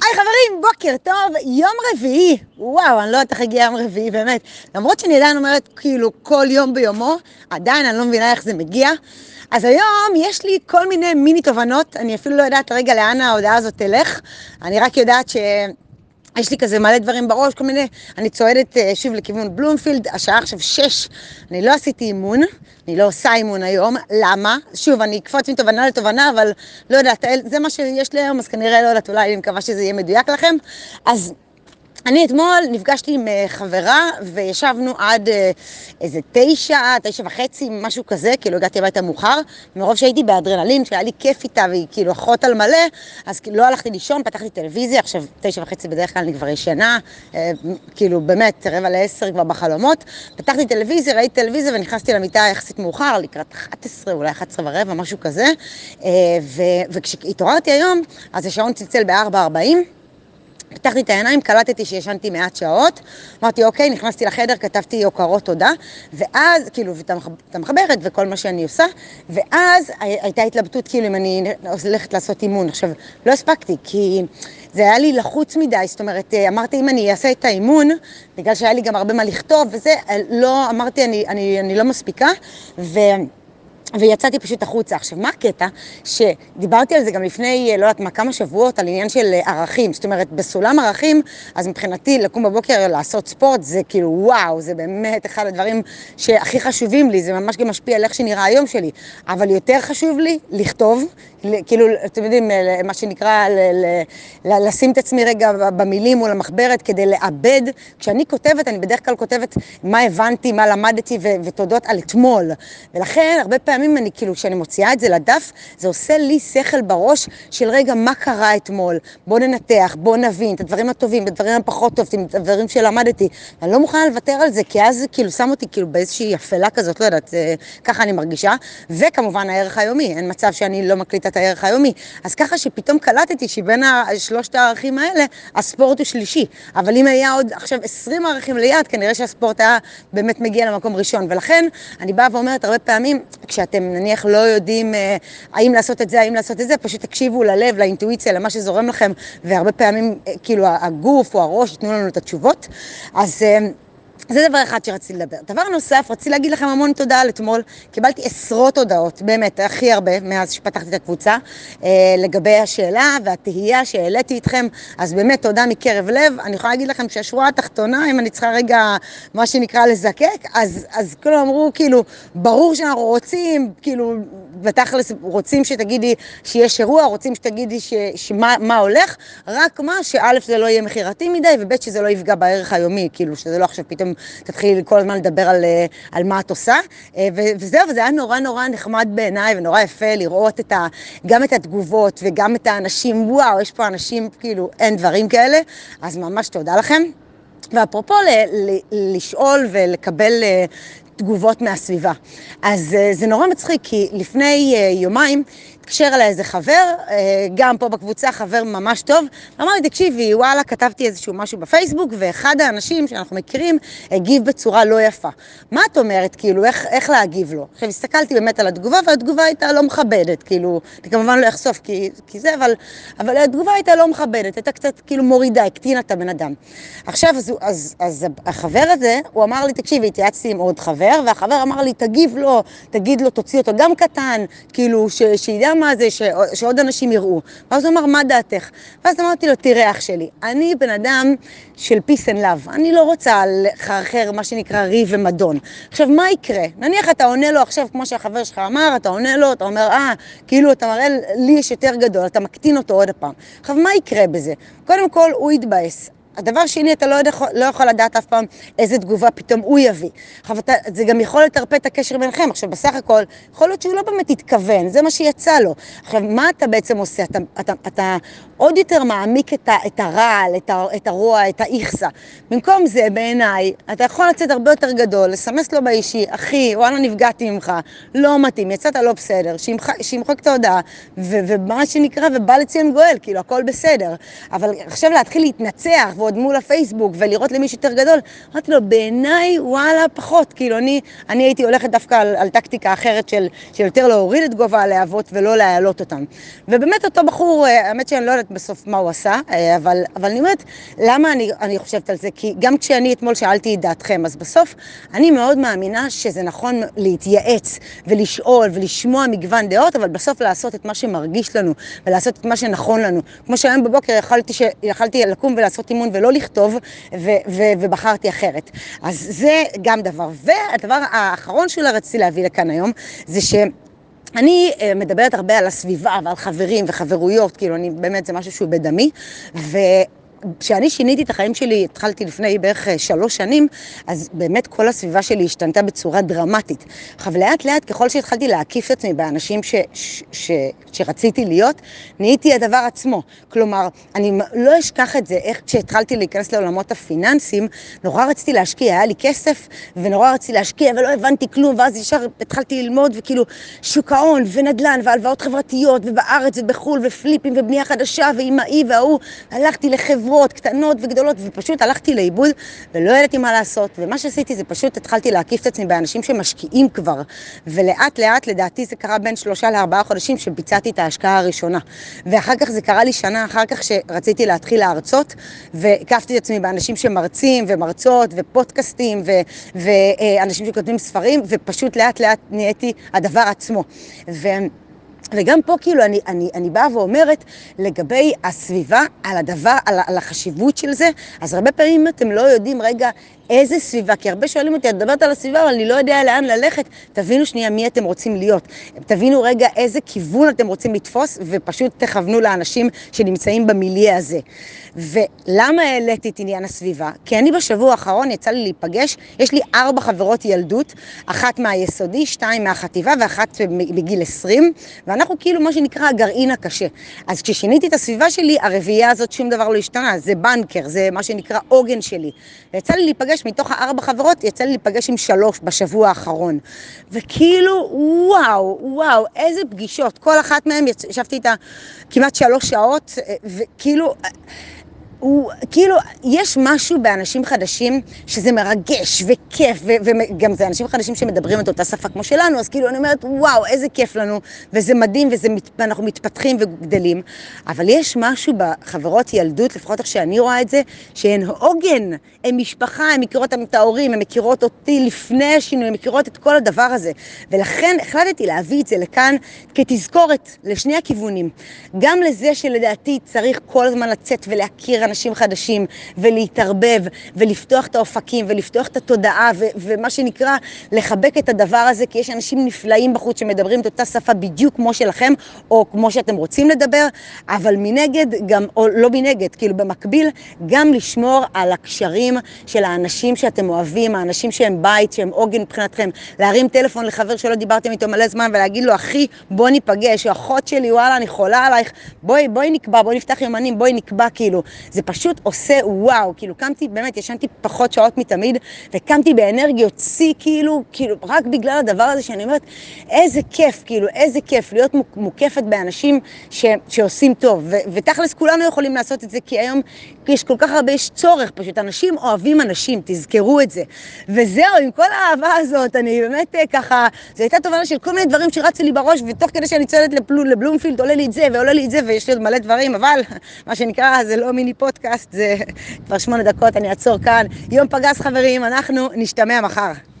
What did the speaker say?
היי חברים, בוקר טוב, יום רביעי. וואו, אני לא יודעת איך הגיע יום רביעי, באמת. למרות שאני עדיין אומרת כאילו כל יום ביומו, עדיין אני לא מבינה איך זה מגיע. אז היום יש לי כל מיני מיני תובנות, אני אפילו לא יודעת רגע לאן ההודעה הזאת תלך. אני רק יודעת יש לי כזה מלא דברים בראש, כל מיני, אני צועדת שוב לכיוון בלומפילד, השעה עכשיו 6, אני לא עשיתי אימון, אני לא עושה אימון היום, למה? שוב, אני אקפוץ מתובנה לתובנה, אבל לא יודעת, זה מה שיש לי היום, אז כנראה לא יודעת, אולי אני מקווה שזה יהיה מדויק לכם. אז אני אתמול נפגשתי עם חברה וישבנו עד איזה 9, 9:30, משהו כזה, כאילו הגעתי הביתה מאוחר, מרוב שהייתי באדרנלין, שהיה לי כיף איתה והיא כאילו אחות על מלא, אז כאילו לא הלכתי לישון, פתחתי טלוויזיה, עכשיו 9:30 בדרך כלל אני כבר ישנה, כאילו באמת 9:45 כבר בחלומות, פתחתי טלוויזיה, ראיתי טלוויזיה ונכנסתי למיטה יחסית מאוחר, לקראת 11, אולי 11:15, משהו כזה, וכשהתעוררתי היום, אז השעון צלצל ב-4:40, פתחתי את העיניים, קלטתי שישנתי מעט שעות, אמרתי אוקיי, נכנסתי לחדר, כתבתי הוקרות תודה, ואז, כאילו, את המחברת וכל מה שאני עושה, ואז הייתה התלבטות כאילו אם אני הולכת לעשות אימון. עכשיו, לא הספקתי, כי זה היה לי לחוץ מדי, זאת אומרת, אמרתי אם אני אעשה את האימון, בגלל שהיה לי גם הרבה מה לכתוב וזה, לא, אמרתי אני לא מספיקה, ויצאתי פשוט החוצה. עכשיו, מה הקטע? שדיברתי על זה גם לפני, לא יודעת מה, כמה שבועות, על עניין של ערכים. זאת אומרת, בסולם ערכים, אז מבחינתי לקום בבוקר לעשות ספורט, זה כאילו וואו, זה באמת אחד הדברים שהכי חשובים לי, זה ממש גם משפיע על איך שנראה היום שלי. אבל יותר חשוב לי לכתוב, כאילו, אתם יודעים, מה שנקרא, לשים את עצמי רגע במילים מול המחברת כדי לאבד. כשאני כותבת, אני בדרך כלל כותבת מה הבנתי, מה למדתי ותודות על אתמול. ולכן, הרבה פעמים אני כאילו, כשאני מוציאה את זה לדף, זה עושה לי שכל בראש של רגע, מה קרה אתמול? בוא ננתח, בוא נבין את הדברים הטובים, את הדברים הפחות טובים, את הדברים שלמדתי. אני לא מוכנה לוותר על זה, כי אז כאילו שם אותי כאילו באיזושהי אפלה כזאת, לא יודעת, ככה אני מרגישה. וכמובן הערך היומי, אין מצב שאני לא מקליטה את הערך היומי. אז ככה שפתאום קלטתי שבין שלושת הערכים האלה, הספורט הוא שלישי. אבל אם היה עוד עכשיו 20 ערכים ליד, כנראה שהספורט היה באמת מגיע למקום ראשון. ולכן אני באה ואומרת הרבה פעמים, כשאתם נניח לא יודעים האם לעשות את זה, האם לעשות את זה, פשוט תקשיבו ללב, לאינטואיציה, למה שזורם לכם, והרבה פעמים כאילו הגוף או הראש יתנו לנו את התשובות. אז זה דבר אחד שרציתי לדבר. דבר נוסף, רציתי להגיד לכם המון תודה על אתמול. קיבלתי עשרות הודעות, באמת, הכי הרבה, מאז שפתחתי את הקבוצה, לגבי השאלה והתהייה שהעליתי איתכם. אז באמת, תודה מקרב לב. אני יכולה להגיד לכם שהשורה התחתונה, אם אני צריכה רגע, מה שנקרא לזקק, אז כולם אמרו, כאילו, ברור שאנחנו רוצים, כאילו, בתכלס, רוצים שתגידי שיש אירוע, רוצים שתגידי מה הולך, רק מה שא' זה לא יהיה מחירתי מדי, וב' שזה לא יפגע בערך היומי, כאילו, שזה לא עכשיו פתאום תתחיל כל הזמן לדבר על מה את עושה, וזהו, וזה היה נורא נורא נחמד בעיניי, ונורא יפה לראות גם את התגובות, וגם את האנשים, וואו, יש פה אנשים, כאילו, אין דברים כאלה, אז ממש תודה לכם. ואפרופו לשאול ולקבל תגובות מהסביבה. אז זה נורא מצחיק, כי לפני יומיים התקשר אליי איזה חבר, גם פה בקבוצה, חבר ממש טוב, אמר לי, תקשיבי, וואלה, כתבתי איזשהו משהו בפייסבוק, ואחד האנשים שאנחנו מכירים הגיב בצורה לא יפה. מה את אומרת, כאילו, איך להגיב לו? עכשיו, הסתכלתי באמת על התגובה, והתגובה הייתה לא מכבדת, כאילו, אני כמובן לא אחשוף כי זה, אבל התגובה הייתה לא מכבדת, הייתה קצת כאילו מורידה, הקטינה את הבן אדם. עכשיו, אז החבר הזה, הוא אמר לי, תקשיבי, התייעצתי עם עוד חבר, והחבר אמר לי, תגיד לו, תוציא אותו גם קטן, כאילו, שידע מה זה, שעוד אנשים יראו. ואז הוא אמר, מה דעתך? ואז אמרתי לו, תראה אח שלי, אני בן אדם של peace and love, אני לא רוצה לחרחר מה שנקרא ריב ומדון. עכשיו, מה יקרה? נניח אתה עונה לו עכשיו, כמו שהחבר שלך אמר, אתה עונה לו, אתה אומר, כאילו אתה מראה לי יש יותר גדול, אתה מקטין אותו עוד הפעם. עכשיו, מה יקרה בזה? קודם כל, הוא יתבאס. הדבר שני, אתה לא יכול לדעת אף פעם איזה תגובה פתאום הוא יביא. עכשיו, זה גם יכול לטרפד את הקשר ביניכם. עכשיו, בסך הכל, יכול להיות שהוא לא באמת התכוון, זה מה שיצא לו. עכשיו, מה אתה בעצם עושה? אתה עוד יותר מעמיק את הרעל, את הרוע, את האיכסה. במקום זה, בעיניי, אתה יכול לצאת הרבה יותר גדול, לסמס לו באישי, אחי, וואלה, נפגעתי ממך, לא מתאים, יצאת לא בסדר, שימחק את ההודעה, ומה שנקרא, ובא לציון גואל, כאילו, הכל בסדר. אבל עכשיו להתחיל להתנצח, לעבוד מול הפייסבוק ולראות למי שיותר גדול, אמרתי לו, בעיניי, וואלה, פחות. כאילו, אני הייתי הולכת דווקא על טקטיקה אחרת של יותר להוריד את גובה הלהבות ולא להעלות אותם. ובאמת אותו בחור, האמת שאני לא יודעת בסוף מה הוא עשה, אבל אני אומרת, למה אני חושבת על זה? כי גם כשאני אתמול שאלתי את דעתכם, אז בסוף אני מאוד מאמינה שזה נכון להתייעץ ולשאול ולשמוע מגוון דעות, אבל בסוף לעשות את מה שמרגיש לנו ולעשות את מה שנכון לנו. כמו שהיום בבוקר יכלתי לקום ולעשות אימון ולא לכתוב, ובחרתי אחרת. אז זה גם דבר. והדבר האחרון שאולי רציתי להביא לכאן היום, זה אני מדברת הרבה על הסביבה ועל חברים וחברויות, כאילו באמת זה משהו שהוא בדמי, כשאני שיניתי את החיים שלי, התחלתי לפני בערך 3 שנים, אז באמת כל הסביבה שלי השתנתה בצורה דרמטית. אבל לאט לאט, ככל שהתחלתי להקיף את עצמי באנשים שרציתי להיות, נהייתי הדבר עצמו. כלומר, אני לא אשכח את זה, איך כשהתחלתי להיכנס לעולמות הפיננסיים, נורא רציתי להשקיע, היה לי כסף, ונורא רציתי להשקיע, ולא הבנתי כלום, ואז ישר התחלתי ללמוד, וכאילו שוק ההון ונדל"ן, והלוואות חברתיות, ובארץ ובחול, ופליפים, ובנייה חדשה, ואימאי והוא, הלכתי לחברות קטנות וגדולות, ופשוט הלכתי לאיבוד ולא ידעתי מה לעשות, ומה שעשיתי זה פשוט התחלתי להקיף את עצמי באנשים שמשקיעים כבר, ולאט לאט לדעתי זה קרה בין 3 ל4 חודשים שביצעתי את ההשקעה הראשונה, ואחר כך זה קרה לי שנה אחר כך שרציתי להתחיל להרצות, והקפתי את עצמי באנשים שמרצים ומרצות ופודקאסטים ואנשים שכותבים ספרים, ופשוט לאט לאט נהייתי הדבר עצמו. וגם פה כאילו אני באה ואומרת לגבי הסביבה, על הדבר, על החשיבות של זה, אז הרבה פעמים אתם לא יודעים רגע איזה סביבה, כי הרבה שואלים אותי, את מדברת על הסביבה, אבל אני לא יודע לאן ללכת, תבינו שנייה מי אתם רוצים להיות, תבינו רגע איזה כיוון אתם רוצים לתפוס, ופשוט תכוונו לאנשים שנמצאים במיליה הזה. ולמה העליתי את עניין הסביבה? כי אני בשבוע האחרון יצא לי להיפגש, יש לי 4 חברות ילדות, 1 מהיסודי, 2 מהחטיבה, ו1 בגיל 20, ואנחנו כאילו מה שנקרא הגרעין הקשה. אז כששיניתי את הסביבה שלי, הרביעייה הזאת שום דבר לא השתנה, זה בנקר, זה מה שנקרא עוגן שלי. ויצא לי להיפגש מתוך 4 חברות, יצא לי להיפגש עם 3 בשבוע האחרון. וכאילו, וואו, איזה פגישות. כל אחת מהן ישבתי איתה כמעט 3 שעות, וכאילו כאילו, יש משהו באנשים חדשים שזה מרגש וכיף, וגם זה אנשים חדשים שמדברים את אותה שפה כמו שלנו, אז כאילו אני אומרת, וואו, איזה כיף לנו, וזה מדהים, ואנחנו מתפתחים וגדלים, אבל יש משהו בחברות ילדות, לפחות איך שאני רואה את זה, שהן עוגן, הן משפחה, הן מכירות את ההורים, הן מכירות אותי לפני השינוי, הן מכירות את כל הדבר הזה, ולכן החלטתי להביא את זה לכאן כתזכורת לשני הכיוונים, גם לזה שלדעתי צריך כל הזמן לצאת ולהכיר אנשים חדשים ולהתערבב ולפתוח את האופקים ולפתוח את התודעה ומה שנקרא לחבק את הדבר הזה, כי יש אנשים נפלאים בחוץ שמדברים את אותה שפה בדיוק כמו שלכם או כמו שאתם רוצים לדבר, אבל מנגד גם, או לא מנגד, כאילו במקביל גם לשמור על הקשרים של האנשים שאתם אוהבים, האנשים שהם בית, שהם עוגן מבחינתכם, להרים טלפון לחבר שלא דיברתם איתו מלא זמן ולהגיד לו, אחי, בוא ניפגש, או אחות שלי, וואלה, אני חולה עלייך, בואי נקבע, בואי נפתח יומנים, בואי נקבע, כאילו, זה פשוט עושה וואו, כאילו קמתי, באמת ישנתי פחות שעות מתמיד, וקמתי באנרגיות צי, כאילו רק בגלל הדבר הזה שאני אומרת, איזה כיף, כאילו, איזה כיף להיות מוקפת באנשים שעושים טוב, ותכלס כולנו יכולים לעשות את זה, כי היום יש כל כך הרבה, יש צורך, פשוט אנשים אוהבים אנשים, תזכרו את זה. וזהו, עם כל האהבה הזאת, אני באמת ככה, זו הייתה תובנה של כל מיני דברים שרצו לי בראש, ותוך כדי שאני צועדת לבלומפילד, עולה לי את זה, ועולה לי את זה, ויש לי עוד מלא דברים, אבל מה שנקרא, זה לא מיני פודקאסט, זה כבר 8 דקות, אני אעצור כאן. יום פגז חברים, אנחנו נשתמע מחר.